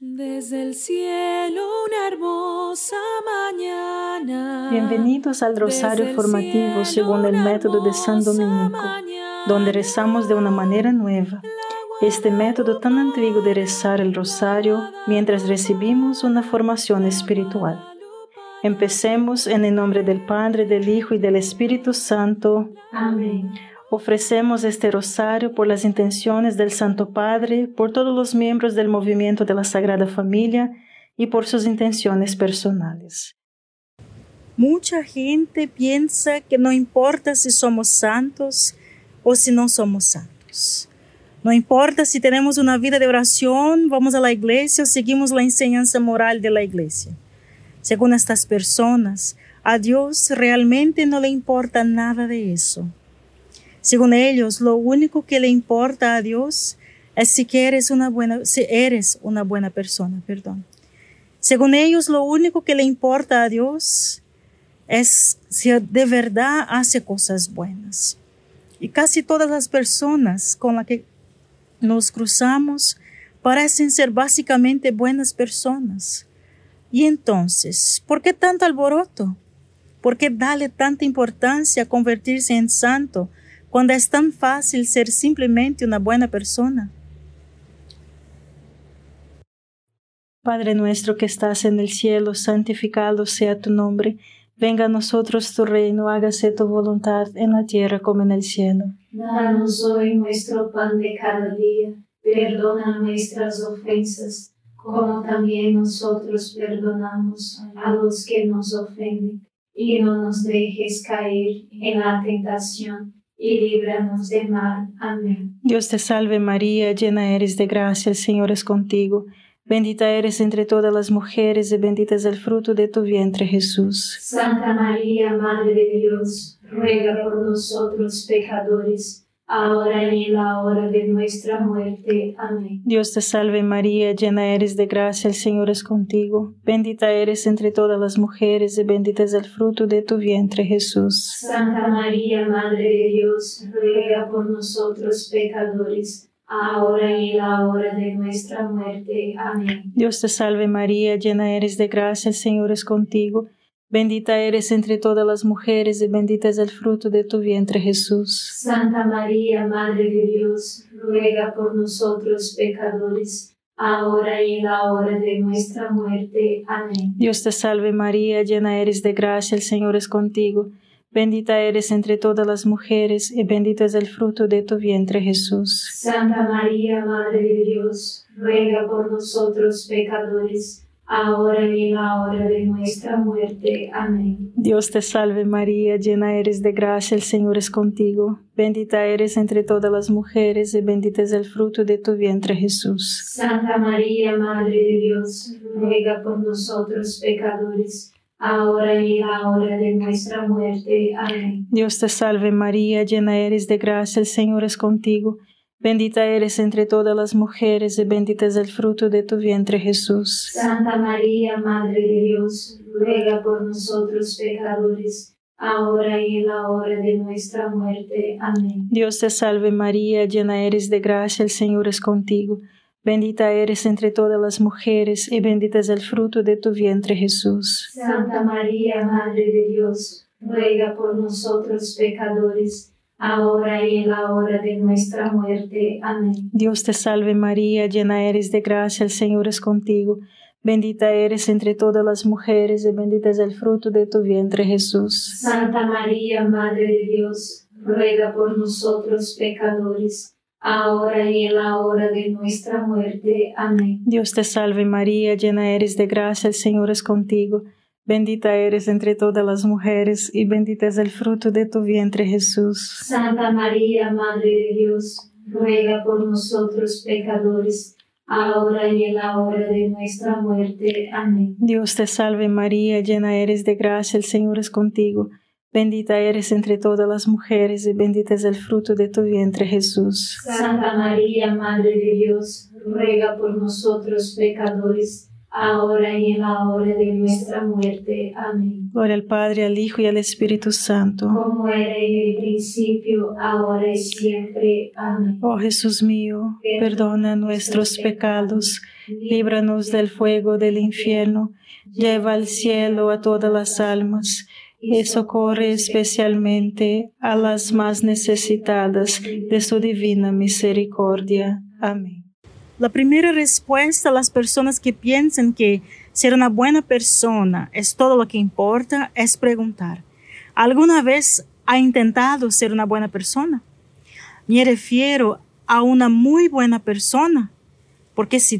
Desde el cielo una hermosa mañana. Bienvenidos al Rosario Formativo según el método de San Dominico, donde rezamos de una manera nueva. Este método tan antiguo de rezar el Rosario mientras recibimos una formación espiritual. Empecemos en el nombre del Padre, del Hijo y del Espíritu Santo. Amén. Ofrecemos este rosario por las intenciones del Santo Padre, por todos los miembros del movimiento de la Sagrada Familia y por sus intenciones personales. Mucha gente piensa que no importa si somos santos o si no somos santos. No importa si tenemos una vida de oración, vamos a la iglesia o seguimos la enseñanza moral de la iglesia. Según estas personas, a Dios realmente no le importa nada de eso. Según ellos, lo único que le importa a Dios es si eres una buena persona. Según ellos, lo único que le importa a Dios es si de verdad hace cosas buenas. Y casi todas las personas con las que nos cruzamos parecen ser básicamente buenas personas. Y entonces, ¿por qué tanto alboroto? ¿Por qué darle tanta importancia a convertirse en santo cuando es tan fácil ser simplemente una buena persona? Padre nuestro que estás en el cielo, santificado sea tu nombre. Venga a nosotros tu reino, hágase tu voluntad en la tierra como en el cielo. Danos hoy nuestro pan de cada día. Perdona nuestras ofensas, como también nosotros perdonamos a los que nos ofenden. Y no nos dejes caer en la tentación, y líbranos del mal. Amén. Dios te salve María, llena eres de gracia, el Señor es contigo. Bendita eres entre todas las mujeres y bendito es el fruto de tu vientre, Jesús. Santa María, Madre de Dios, ruega por nosotros pecadores, ahora y en la hora de nuestra muerte. Amén. Dios te salve María, llena eres de gracia, el Señor es contigo. Bendita eres entre todas las mujeres y bendito es el fruto de tu vientre, Jesús. Santa María, Madre de Dios, ruega por nosotros pecadores, ahora y en la hora de nuestra muerte. Amén. Dios te salve María, llena eres de gracia, el Señor es contigo. Bendita eres entre todas las mujeres y bendito es el fruto de tu vientre, Jesús. Santa María, Madre de Dios, ruega por nosotros pecadores, ahora y en la hora de nuestra muerte. Amén. Dios te salve María, llena eres de gracia, el Señor es contigo. Bendita eres entre todas las mujeres y bendito es el fruto de tu vientre, Jesús. Santa María, Madre de Dios, ruega por nosotros pecadores, ahora y en la hora de nuestra muerte. Amén. Dios te salve María, llena eres de gracia, el Señor es contigo. Bendita eres entre todas las mujeres y bendito es el fruto de tu vientre, Jesús. Santa María, Madre de Dios, ruega por nosotros pecadores, ahora y en la hora de nuestra muerte. Amén. Dios te salve María, llena eres de gracia, el Señor es contigo. Bendita eres entre todas las mujeres y bendito es el fruto de tu vientre, Jesús. Santa María, Madre de Dios, ruega por nosotros pecadores, ahora y en la hora de nuestra muerte. Amén. Dios te salve María, llena eres de gracia, el Señor es contigo. Bendita eres entre todas las mujeres y bendito es el fruto de tu vientre, Jesús. Santa María, Madre de Dios, ruega por nosotros pecadores, ahora y en la hora de nuestra muerte. Amén. Dios te salve María, llena eres de gracia, el Señor es contigo. Bendita eres entre todas las mujeres y bendito es el fruto de tu vientre, Jesús. Santa María, Madre de Dios, ruega por nosotros pecadores, ahora y en la hora de nuestra muerte. Amén. Dios te salve María, llena eres de gracia, el Señor es contigo. Bendita eres entre todas las mujeres y bendito es el fruto de tu vientre, Jesús. Santa María, Madre de Dios, ruega por nosotros pecadores, ahora y en la hora de nuestra muerte. Amén. Dios te salve María, llena eres de gracia, el Señor es contigo. Bendita eres entre todas las mujeres y bendito es el fruto de tu vientre, Jesús. Santa María, Madre de Dios, ruega por nosotros pecadores, ahora y en la hora de nuestra muerte. Amén. Gloria al Padre, al Hijo y al Espíritu Santo. Como era en el principio, ahora y siempre. Amén. Oh Jesús mío, perdona nuestros pecados, líbranos del fuego del infierno, lleva al cielo a todas las almas, y socorre especialmente a las más necesitadas de su divina misericordia. Amén. La primera respuesta a las personas que piensan que ser una buena persona es todo lo que importa es preguntar: ¿alguna vez ha intentado ser una buena persona? Me refiero a una muy buena persona, porque si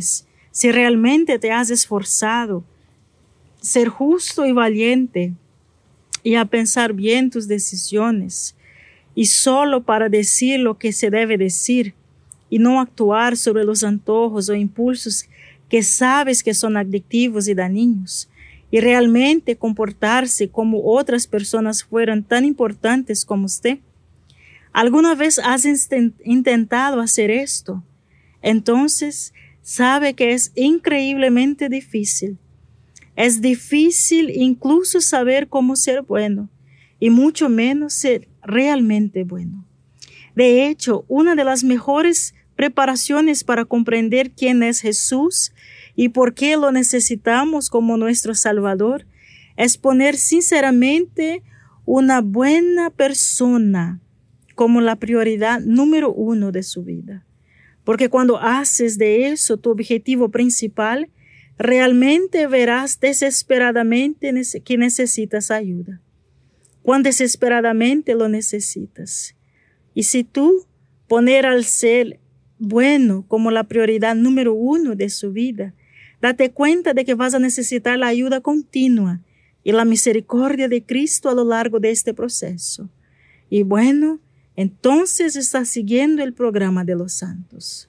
realmente te has esforzado, ser justo y valiente, y a pensar bien tus decisiones, y solo para decir lo que se debe decir, y no actuar sobre los antojos o impulsos que sabes que son adictivos y dañinos, y realmente comportarse como otras personas fueran tan importantes como usted. ¿Alguna vez has intentado hacer esto? Entonces, sabe que es increíblemente difícil. Es difícil incluso saber cómo ser bueno, y mucho menos ser realmente bueno. De hecho, una de las mejores preparaciones para comprender quién es Jesús y por qué lo necesitamos como nuestro Salvador es poner sinceramente una buena persona como la prioridad número 1 de su vida. Porque cuando haces de eso tu objetivo principal, realmente verás desesperadamente que necesitas ayuda. Cuán desesperadamente lo necesitas. Y si tú poner al ser bueno como la prioridad número 1 de su vida, date cuenta de que vas a necesitar la ayuda continua y la misericordia de Cristo a lo largo de este proceso. Y bueno, entonces estás siguiendo el programa de los santos.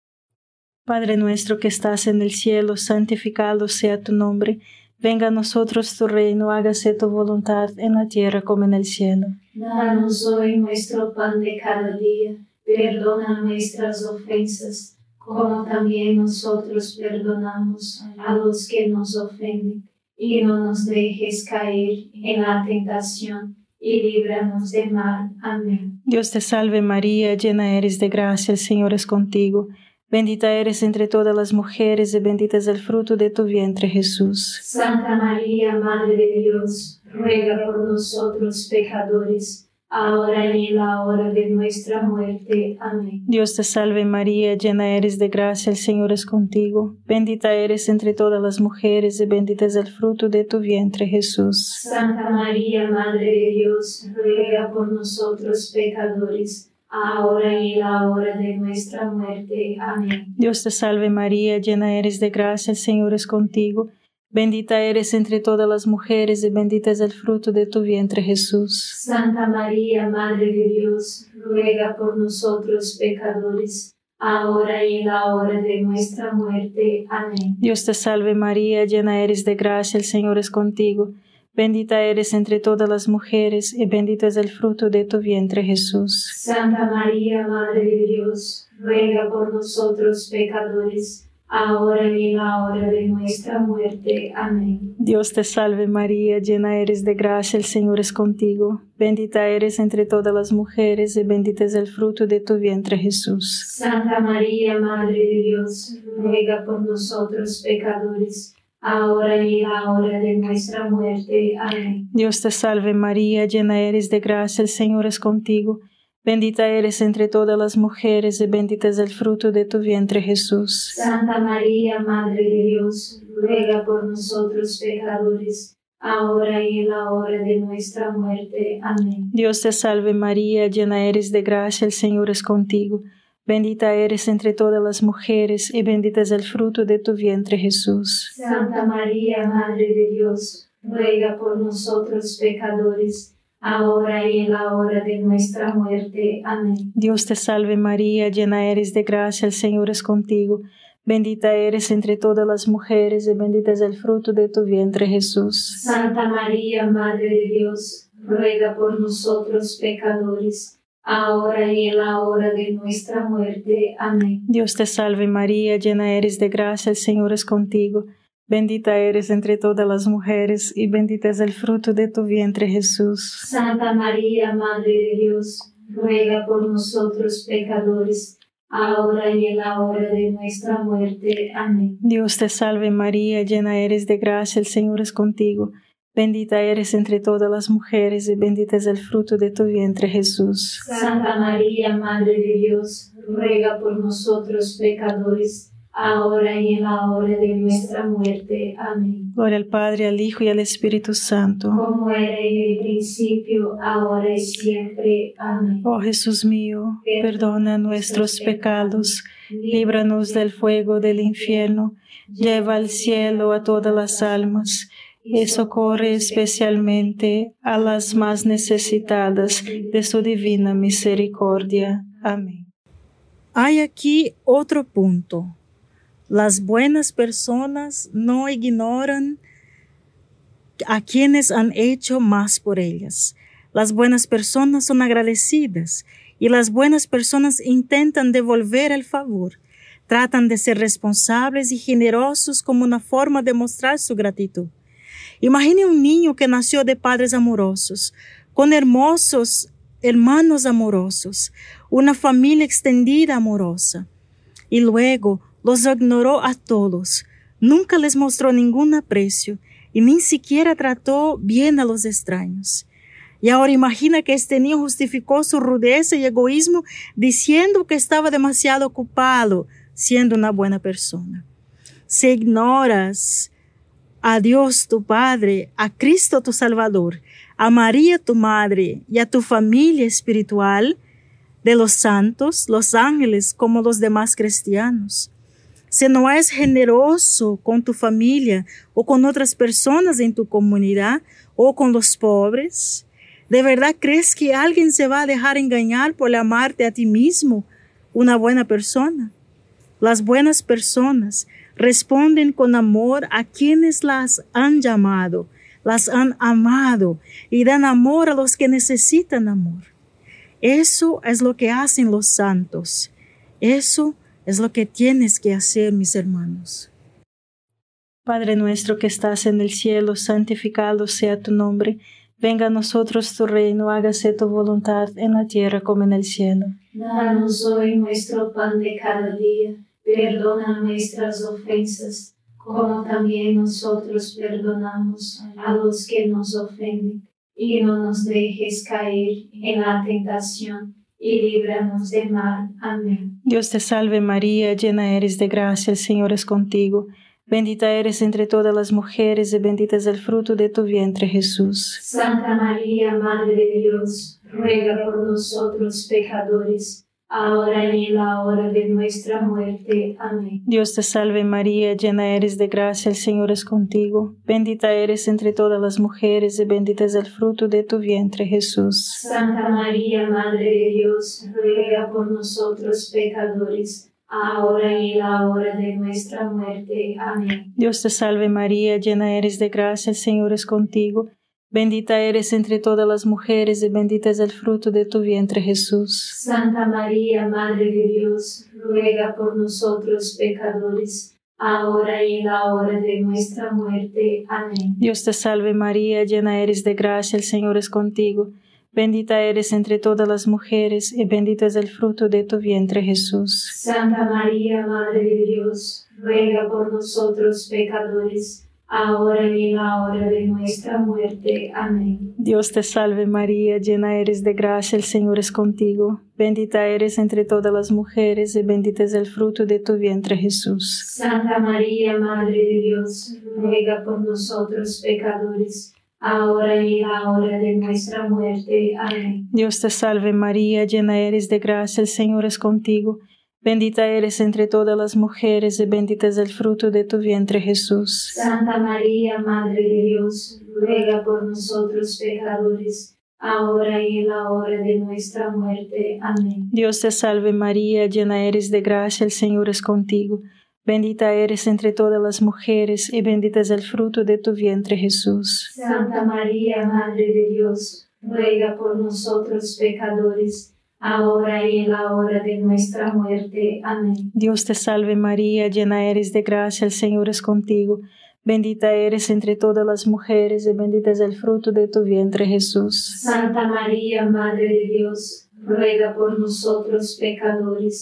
Padre nuestro que estás en el cielo, santificado sea tu nombre. Venga a nosotros tu reino, hágase tu voluntad en la tierra como en el cielo. Danos hoy nuestro pan de cada día. Perdona nuestras ofensas, como también nosotros perdonamos a los que nos ofenden. Y no nos dejes caer en la tentación, y líbranos del mal. Amén. Dios te salve María, llena eres de gracia, el Señor es contigo. Bendita eres entre todas las mujeres y bendito es el fruto de tu vientre, Jesús. Santa María, Madre de Dios, ruega por nosotros pecadores, ahora y en la hora de nuestra muerte. Amén. Dios te salve María, llena eres de gracia, el Señor es contigo. Bendita eres entre todas las mujeres y bendito es el fruto de tu vientre, Jesús. Santa María, Madre de Dios, ruega por nosotros pecadores, ahora y en la hora de nuestra muerte. Amén. Dios te salve María, llena eres de gracia, el Señor es contigo. Bendita eres entre todas las mujeres y bendito es el fruto de tu vientre, Jesús. Santa María, Madre de Dios, ruega por nosotros pecadores, ahora y en la hora de nuestra muerte. Amén. Dios te salve María, llena eres de gracia, el Señor es contigo. Bendita eres entre todas las mujeres y bendito es el fruto de tu vientre, Jesús. Santa María, Madre de Dios, ruega por nosotros pecadores, ahora y en la hora de nuestra muerte. Amén. Dios te salve María, llena eres de gracia, el Señor es contigo. Bendita eres entre todas las mujeres y bendito es el fruto de tu vientre, Jesús. Santa María, Madre de Dios, ruega por nosotros pecadores, ahora y en la hora de nuestra muerte. Amén. Dios te salve María, llena eres de gracia, el Señor es contigo. Bendita eres entre todas las mujeres y bendito es el fruto de tu vientre, Jesús. Santa María, Madre de Dios, ruega por nosotros pecadores, ahora y en la hora de nuestra muerte. Amén. Dios te salve María, llena eres de gracia, el Señor es contigo. Bendita eres entre todas las mujeres y bendito es el fruto de tu vientre, Jesús. Santa María, Madre de Dios, ruega por nosotros pecadores, ahora y en la hora de nuestra muerte. Amén. Dios te salve María, llena eres de gracia, el Señor es contigo. Bendita eres entre todas las mujeres y bendito es el fruto de tu vientre, Jesús. Santa María, Madre de Dios, ruega por nosotros pecadores, ahora y en la hora de nuestra muerte. Amén. Dios te salve María, llena eres de gracia, el Señor es contigo. Bendita eres entre todas las mujeres y bendito es el fruto de tu vientre, Jesús. Santa María, Madre de Dios, ruega por nosotros pecadores, ahora y en la hora de nuestra muerte. Amén. Dios te salve María, llena eres de gracia, el Señor es contigo. Bendita eres entre todas las mujeres y bendito es el fruto de tu vientre, Jesús. Santa María, Madre de Dios, ruega por nosotros pecadores, ahora y en la hora de nuestra muerte. Amén. Gloria al Padre, al Hijo y al Espíritu Santo. Como era en el principio, ahora y siempre. Amén. Oh Jesús mío, perdona nuestros pecados, líbranos del fuego del infierno, lleva al cielo a todas las almas, y socorre especialmente a las más necesitadas de su divina misericordia. Amén. Hay aquí otro punto. Las buenas personas no ignoran a quienes han hecho más por ellas. Las buenas personas son agradecidas y las buenas personas intentan devolver el favor. Tratan de ser responsables y generosos como una forma de mostrar su gratitud. Imagine un niño que nació de padres amorosos, con hermosos hermanos amorosos, una familia extendida amorosa, y luego los ignoró a todos, nunca les mostró ningún aprecio y ni siquiera trató bien a los extraños. Y ahora imagina que este niño justificó su rudeza y egoísmo diciendo que estaba demasiado ocupado siendo una buena persona. Si ignoras a Dios tu Padre, a Cristo tu Salvador, a María tu Madre y a tu familia espiritual, de los santos, los ángeles, como los demás cristianos. Si no eres generoso con tu familia o con otras personas en tu comunidad o con los pobres, ¿de verdad crees que alguien se va a dejar engañar por amarte a ti mismo, una buena persona? Las buenas personas responden con amor a quienes las han llamado, las han amado y dan amor a los que necesitan amor. Eso es lo que hacen los santos. Eso es lo que tienes que hacer, mis hermanos. Padre nuestro que estás en el cielo, santificado sea tu nombre. Venga a nosotros tu reino, hágase tu voluntad en la tierra como en el cielo. Danos hoy nuestro pan de cada día. Perdona nuestras ofensas, como también nosotros perdonamos a los que nos ofenden. Y no nos dejes caer en la tentación, y líbranos del mal. Amén. Dios te salve María, llena eres de gracia, el Señor es contigo. Bendita eres entre todas las mujeres y bendito es el fruto de tu vientre, Jesús. Santa María, Madre de Dios, ruega por nosotros pecadores, ahora y en la hora de nuestra muerte. Amén. Dios te salve María, llena eres de gracia, el Señor es contigo. Bendita eres entre todas las mujeres y bendito es el fruto de tu vientre, Jesús. Santa María, Madre de Dios, ruega por nosotros pecadores, ahora y en la hora de nuestra muerte. Amén. Dios te salve María, llena eres de gracia, el Señor es contigo. Bendita eres entre todas las mujeres y bendito es el fruto de tu vientre, Jesús. Santa María, Madre de Dios, ruega por nosotros pecadores, ahora y en la hora de nuestra muerte. Amén. Dios te salve María, llena eres de gracia, el Señor es contigo. Bendita eres entre todas las mujeres y bendito es el fruto de tu vientre, Jesús. Santa María, Madre de Dios, ruega por nosotros pecadores, ahora y en la hora de nuestra muerte. Amén. Dios te salve María, llena eres de gracia, el Señor es contigo. Bendita eres entre todas las mujeres y bendito es el fruto de tu vientre, Jesús. Santa María, Madre de Dios, ruega por nosotros pecadores, ahora y en la hora de nuestra muerte. Amén. Dios te salve María, llena eres de gracia, el Señor es contigo. Bendita eres entre todas las mujeres y bendito es el fruto de tu vientre, Jesús. Santa María, Madre de Dios, ruega por nosotros pecadores, ahora y en la hora de nuestra muerte. Amén. Dios te salve María, llena eres de gracia, el Señor es contigo. Bendita eres entre todas las mujeres y bendito es el fruto de tu vientre, Jesús. Santa María, Madre de Dios, ruega por nosotros pecadores, ahora y en la hora de nuestra muerte. Amén. Dios te salve María, llena eres de gracia, el Señor es contigo. Bendita eres entre todas las mujeres y bendito es el fruto de tu vientre, Jesús. Santa María, Madre de Dios, ruega por nosotros pecadores,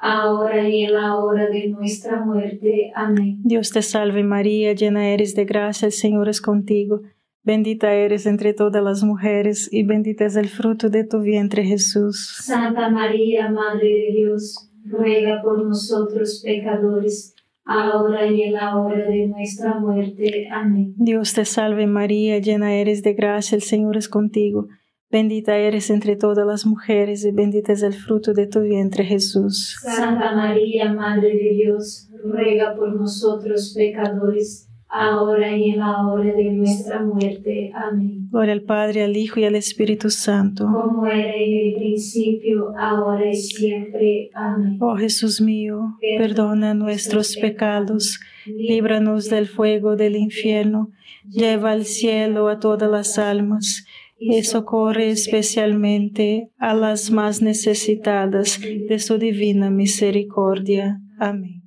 ahora y en la hora de nuestra muerte. Amén. Dios te salve María, llena eres de gracia, el Señor es contigo. Bendita eres entre todas las mujeres y bendito es el fruto de tu vientre, Jesús. Santa María, Madre de Dios, ruega por nosotros pecadores, ahora y en la hora de nuestra muerte. Amén. Dios te salve María, llena eres de gracia, el Señor es contigo. Bendita eres entre todas las mujeres y bendito es el fruto de tu vientre, Jesús. Santa María, Madre de Dios, ruega por nosotros pecadores, ahora y en la hora de nuestra muerte. Amén. Gloria al Padre, al Hijo y al Espíritu Santo. Como era en el principio, ahora y siempre. Amén. Oh Jesús mío, perdona nuestros pecados, líbranos del fuego del infierno, lleva al cielo a todas las almas, y socorre especialmente a las más necesitadas de su divina misericordia. Amén.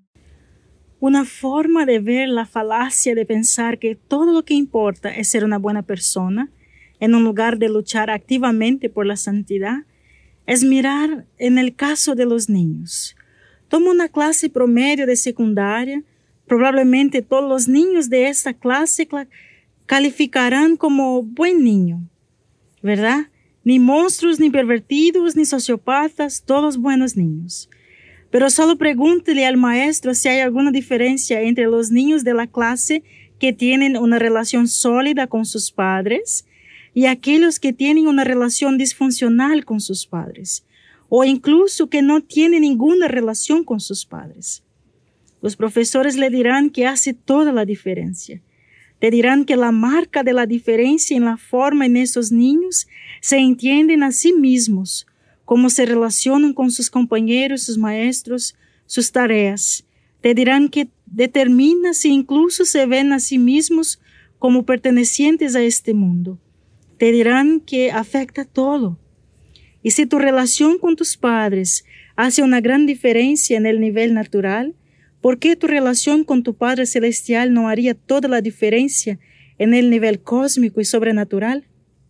Una forma de ver la falacia de pensar que todo lo que importa es ser una buena persona, en un lugar de luchar activamente por la santidad, es mirar en el caso de los niños. Toma una clase promedio de secundaria, probablemente todos los niños de esta clase calificarán como buen niño, ¿verdad? Ni monstruos, ni pervertidos, ni sociópatas, todos buenos niños. Pero solo pregúntele al maestro si hay alguna diferencia entre los niños de la clase que tienen una relación sólida con sus padres y aquellos que tienen una relación disfuncional con sus padres, o incluso que no tienen ninguna relación con sus padres. Los profesores le dirán que hace toda la diferencia. Le dirán que la marca de la diferencia en la forma en esos niños se entienden a sí mismos, cómo se relacionan con sus compañeros, sus maestros, sus tareas. Te dirán que determina si incluso se ven a sí mismos como pertenecientes a este mundo. Te dirán que afecta todo. Y si tu relación con tus padres hace una gran diferencia en el nivel natural, ¿por qué tu relación con tu Padre Celestial no haría toda la diferencia en el nivel cósmico y sobrenatural?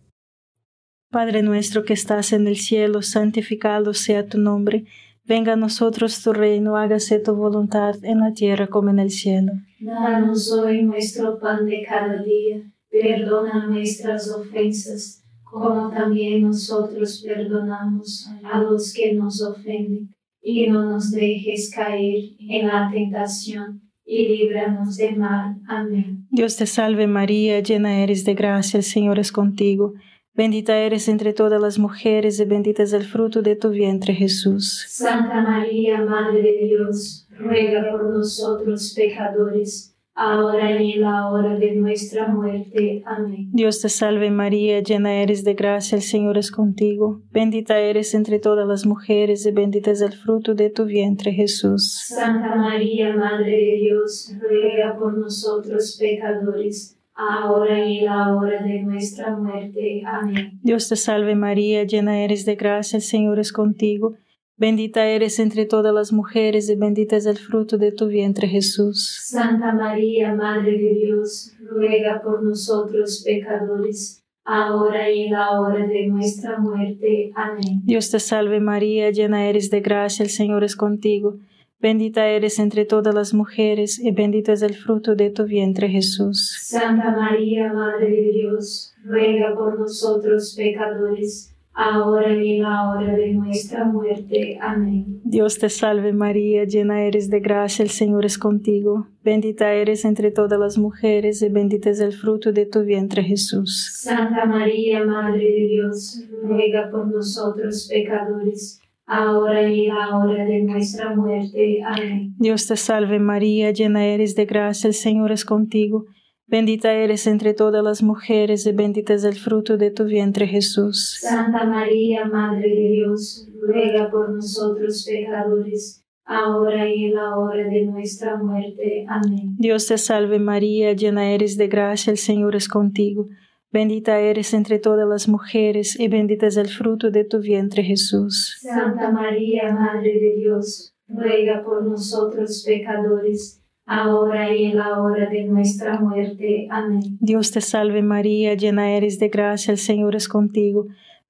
Padre nuestro que estás en el cielo, santificado sea tu nombre. Venga a nosotros tu reino, hágase tu voluntad en la tierra como en el cielo. Danos hoy nuestro pan de cada día. Perdona nuestras ofensas, como también nosotros perdonamos a los que nos ofenden. Y no nos dejes caer en la tentación, y líbranos del mal. Amén. Dios te salve María, llena eres de gracia, el Señor es contigo. Bendita eres entre todas las mujeres y bendito es el fruto de tu vientre, Jesús. Santa María, Madre de Dios, ruega por nosotros pecadores, ahora y en la hora de nuestra muerte. Amén. Dios te salve María, llena eres de gracia, el Señor es contigo. Bendita eres entre todas las mujeres y bendito es el fruto de tu vientre, Jesús. Santa María, Madre de Dios, ruega por nosotros pecadores, ahora y en la hora de nuestra muerte. Amén. Dios te salve María, llena eres de gracia, el Señor es contigo. Bendita eres entre todas las mujeres y bendito es el fruto de tu vientre, Jesús. Santa María, Madre de Dios, ruega por nosotros pecadores, ahora y en la hora de nuestra muerte. Amén. Dios te salve María, llena eres de gracia, el Señor es contigo. Bendita eres entre todas las mujeres y bendito es el fruto de tu vientre, Jesús. Santa María, Madre de Dios, ruega por nosotros pecadores, ahora y en la hora de nuestra muerte. Amén. Dios te salve María, llena eres de gracia, el Señor es contigo. Bendita eres entre todas las mujeres y bendito es el fruto de tu vientre, Jesús. Santa María, Madre de Dios, ruega por nosotros pecadores, ahora y en la hora de nuestra muerte. Amén. Dios te salve María, llena eres de gracia, el Señor es contigo. Bendita eres entre todas las mujeres y bendito es el fruto de tu vientre, Jesús. Santa María, Madre de Dios, ruega por nosotros pecadores, ahora y en la hora de nuestra muerte. Amén. Dios te salve María, llena eres de gracia, el Señor es contigo. Bendita eres entre todas las mujeres y bendito es el fruto de tu vientre, Jesús. Santa María, Madre de Dios, ruega por nosotros pecadores, ahora y en la hora de nuestra muerte. Amén. Dios te salve María, llena eres de gracia, el Señor es contigo.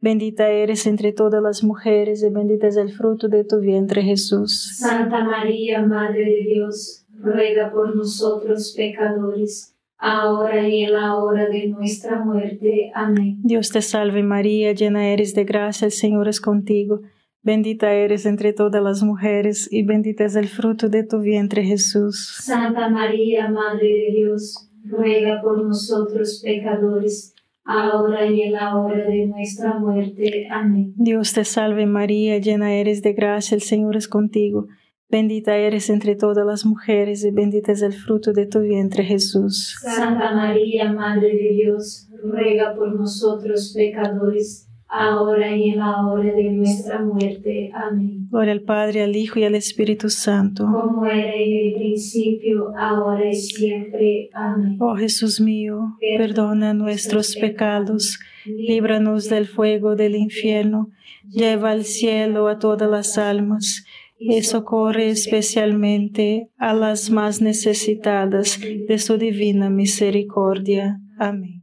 Bendita eres entre todas las mujeres y bendito es el fruto de tu vientre, Jesús. Santa María, Madre de Dios, ruega por nosotros pecadores, ahora y en la hora de nuestra muerte. Amén. Dios te salve María, llena eres de gracia, el Señor es contigo. Bendita eres entre todas las mujeres y bendito es el fruto de tu vientre, Jesús. Santa María, Madre de Dios, ruega por nosotros pecadores, ahora y en la hora de nuestra muerte. Amén. Dios te salve María, llena eres de gracia, el Señor es contigo. Bendita eres entre todas las mujeres y bendito es el fruto de tu vientre, Jesús. Santa María, Madre de Dios, ruega por nosotros pecadores, ahora y en la hora de nuestra muerte. Amén. Gloria al Padre, al Hijo y al Espíritu Santo. Como era en el principio, ahora y siempre. Amén. Oh Jesús mío, perdona nuestros pecados, líbranos del fuego del infierno, lleva al cielo a todas las almas, y socorre especialmente a las más necesitadas de su divina misericordia. Amén.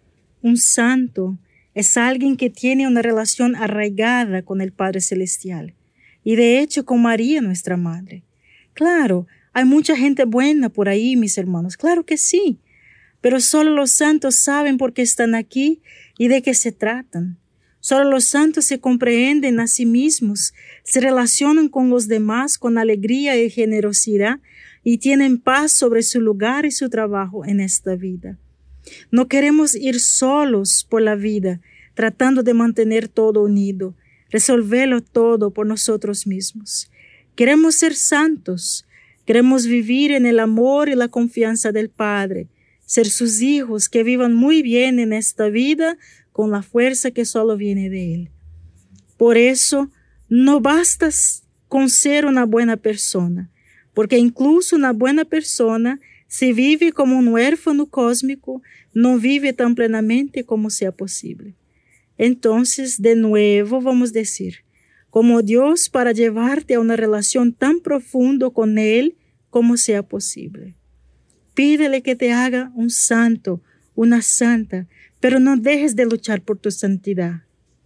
Un santo es alguien que tiene una relación arraigada con el Padre Celestial y de hecho con María nuestra Madre. Claro, hay mucha gente buena por ahí, mis hermanos, claro que sí, pero solo los santos saben por qué están aquí y de qué se tratan. Solo los santos se comprenden a sí mismos, se relacionan con los demás con alegría y generosidad y tienen paz sobre su lugar y su trabajo en esta vida. No queremos ir solos por la vida, tratando de mantener todo unido, resolverlo todo por nosotros mismos. Queremos ser santos, queremos vivir en el amor y la confianza del Padre, ser sus hijos que vivan muy bien en esta vida con la fuerza que solo viene de Él. Por eso, no basta con ser una buena persona, porque incluso una buena persona, si vive como un huérfano cósmico, no vive tan plenamente como sea posible. Entonces, de nuevo vamos a decir, como Dios para llevarte a una relación tan profunda con Él como sea posible. Pídele que te haga un santo, una santa, pero no dejes de luchar por tu santidad.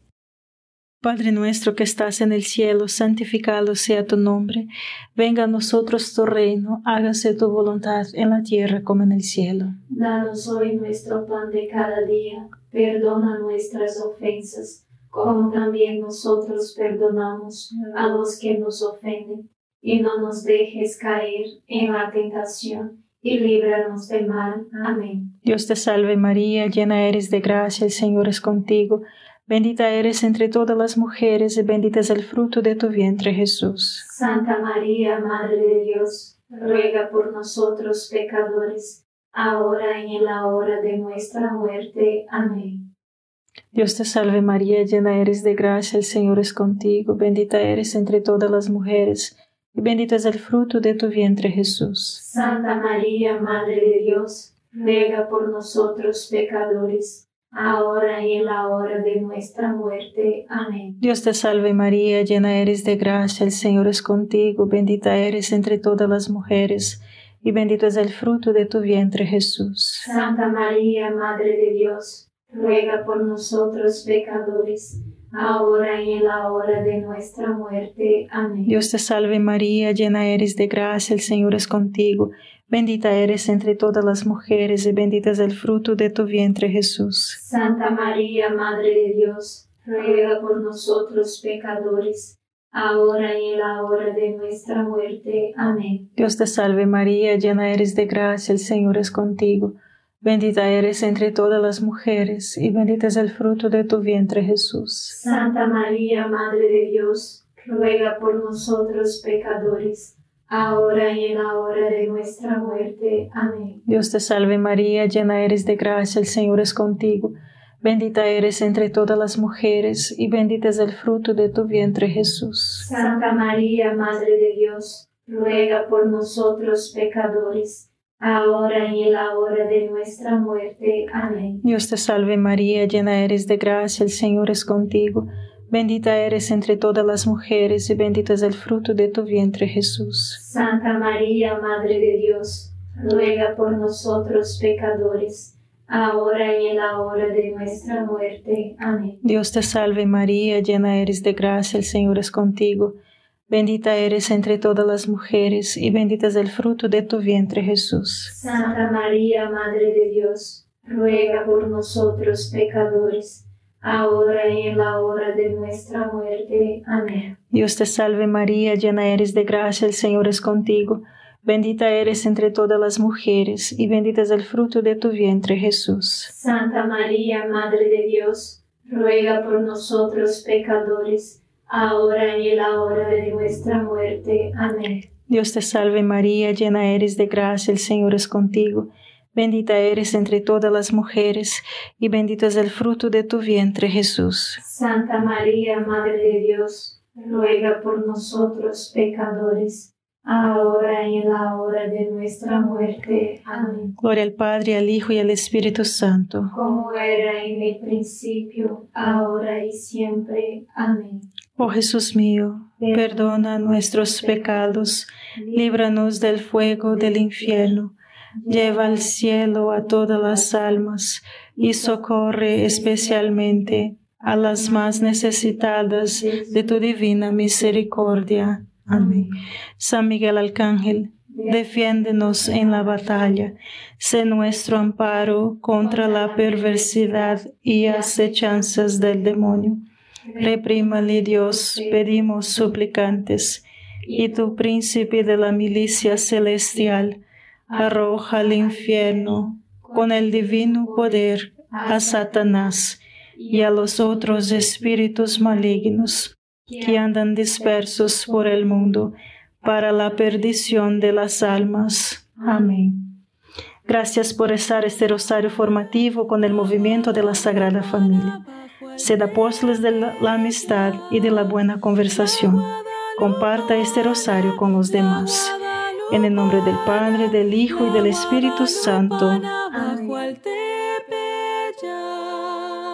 Padre nuestro que estás en el cielo, santificado sea tu nombre. Venga a nosotros tu reino, hágase tu voluntad en la tierra como en el cielo. Danos hoy nuestro pan de cada día, perdona nuestras ofensas, como también nosotros perdonamos a los que nos ofenden, y no nos dejes caer en la tentación, y líbranos del mal. Amén. Dios te salve María, llena eres de gracia, el Señor es contigo. Bendita eres entre todas las mujeres y bendito es el fruto de tu vientre, Jesús. Santa María, Madre de Dios, ruega por nosotros pecadores, ahora y en la hora de nuestra muerte. Amén. Dios te salve María, llena eres de gracia, el Señor es contigo. Bendita eres entre todas las mujeres y bendito es el fruto de tu vientre, Jesús. Santa María, Madre de Dios, ruega por nosotros pecadores, ahora y en la hora de nuestra muerte. Amén. Dios te salve María, llena eres de gracia, el Señor es contigo, bendita eres entre todas las mujeres, y bendito es el fruto de tu vientre, Jesús. Santa María, Madre de Dios, ruega por nosotros pecadores, ahora y en la hora de nuestra muerte. Amén. Dios te salve María, llena eres de gracia, el Señor es contigo, bendita eres entre todas las mujeres y bendito es el fruto de tu vientre, Jesús. Santa María, Madre de Dios, ruega por nosotros pecadores, ahora y en la hora de nuestra muerte. Amén. Dios te salve María, llena eres de gracia, el Señor es contigo, bendita eres entre todas las mujeres y bendito es el fruto de tu vientre, Jesús. Santa María, Madre de Dios, ruega por nosotros pecadores, ahora y en la hora de nuestra muerte. Amén. Dios te salve María, llena eres de gracia, el Señor es contigo, bendita eres entre todas las mujeres y bendito es el fruto de tu vientre, Jesús. Santa María, Madre de Dios, ruega por nosotros pecadores, ahora y en la hora de nuestra muerte. Amén. Dios te salve María, llena eres de gracia, el Señor es contigo, bendita eres entre todas las mujeres y bendito es el fruto de tu vientre, Jesús. Santa María, Madre de Dios, ruega por nosotros pecadores, ahora y en la hora de nuestra muerte. Amén. Dios te salve María, llena eres de gracia, el Señor es contigo. Bendita eres entre todas las mujeres y bendito es el fruto de tu vientre Jesús. Santa María, Madre de Dios, ruega por nosotros pecadores, ahora y en la hora de nuestra muerte. Amén. Dios te salve María, llena eres de gracia, el Señor es contigo. Bendita eres entre todas las mujeres y bendito es el fruto de tu vientre Jesús. Santa María, Madre de Dios, ruega por nosotros pecadores, ahora y en la hora de nuestra muerte. Amén. Dios te salve María, llena eres de gracia, el Señor es contigo. Bendita eres entre todas las mujeres y bendito es el fruto de tu vientre Jesús. Santa María, Madre de Dios, ruega por nosotros pecadores, ahora y en la hora de nuestra muerte. Amén. Gloria al Padre, al Hijo y al Espíritu Santo. Como era en el principio, ahora y siempre. Amén. Oh Jesús mío, perdona nuestros pecados, líbranos del fuego del infierno, lleva al cielo a todas las almas y socorre especialmente a las más necesitadas de tu divina misericordia. Amén. San Miguel Arcángel, defiéndenos en la batalla, sé nuestro amparo contra la perversidad y acechanzas del demonio. Reprímale Dios, pedimos suplicantes, y tu príncipe de la milicia celestial, arroja al infierno con el divino poder a Satanás y a los otros espíritus malignos que andan dispersos por el mundo para la perdición de las almas. Amén. Gracias por rezar este rosario formativo con el movimiento de la Sagrada Familia. Sed apóstoles de la amistad y de la buena conversación. Comparta este rosario con los demás. En el nombre del Padre, del Hijo y del Espíritu Santo. Amén.